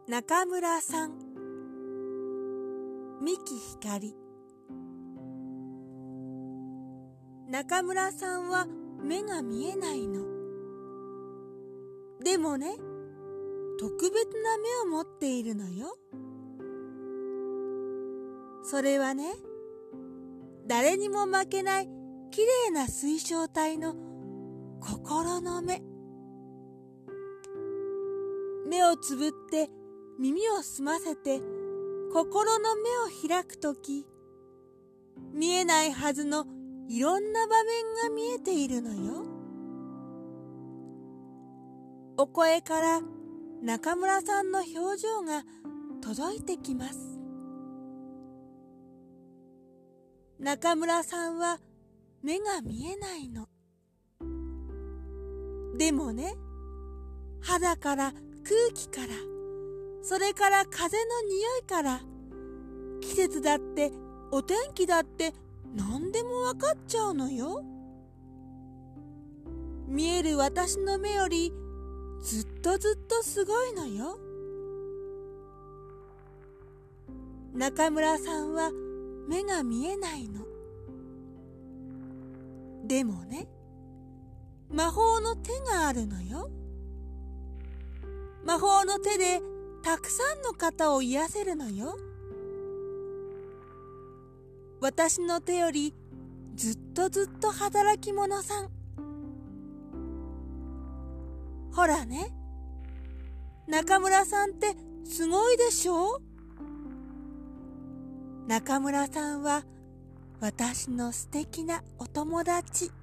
中村さん、三木ひかり。中村さんは目が見えないの。でもね、特別な目を持っているのよ。それはね、誰にも負けないきれいな水晶体の心の目。目をつぶって耳を澄ませて心の目を開くとき、見えないはずのいろんな場面が見えているのよ。お声から中村さんの表情が届いてきます。中村さんは目が見えないの。でもね、肌から空気から、それから風の匂いから、季節だってお天気だって何でもわかっちゃうのよ。見える私の目よりずっとずっとすごいのよ。中村さんは目が見えないの。でもね、魔法の手があるのよ。魔法の手でたくさんの方を癒せるのよ。私の手よりずっとずっと働き者さん。ほらね、中村さんってすごいでしょ？中村さんは私の素敵なお友達。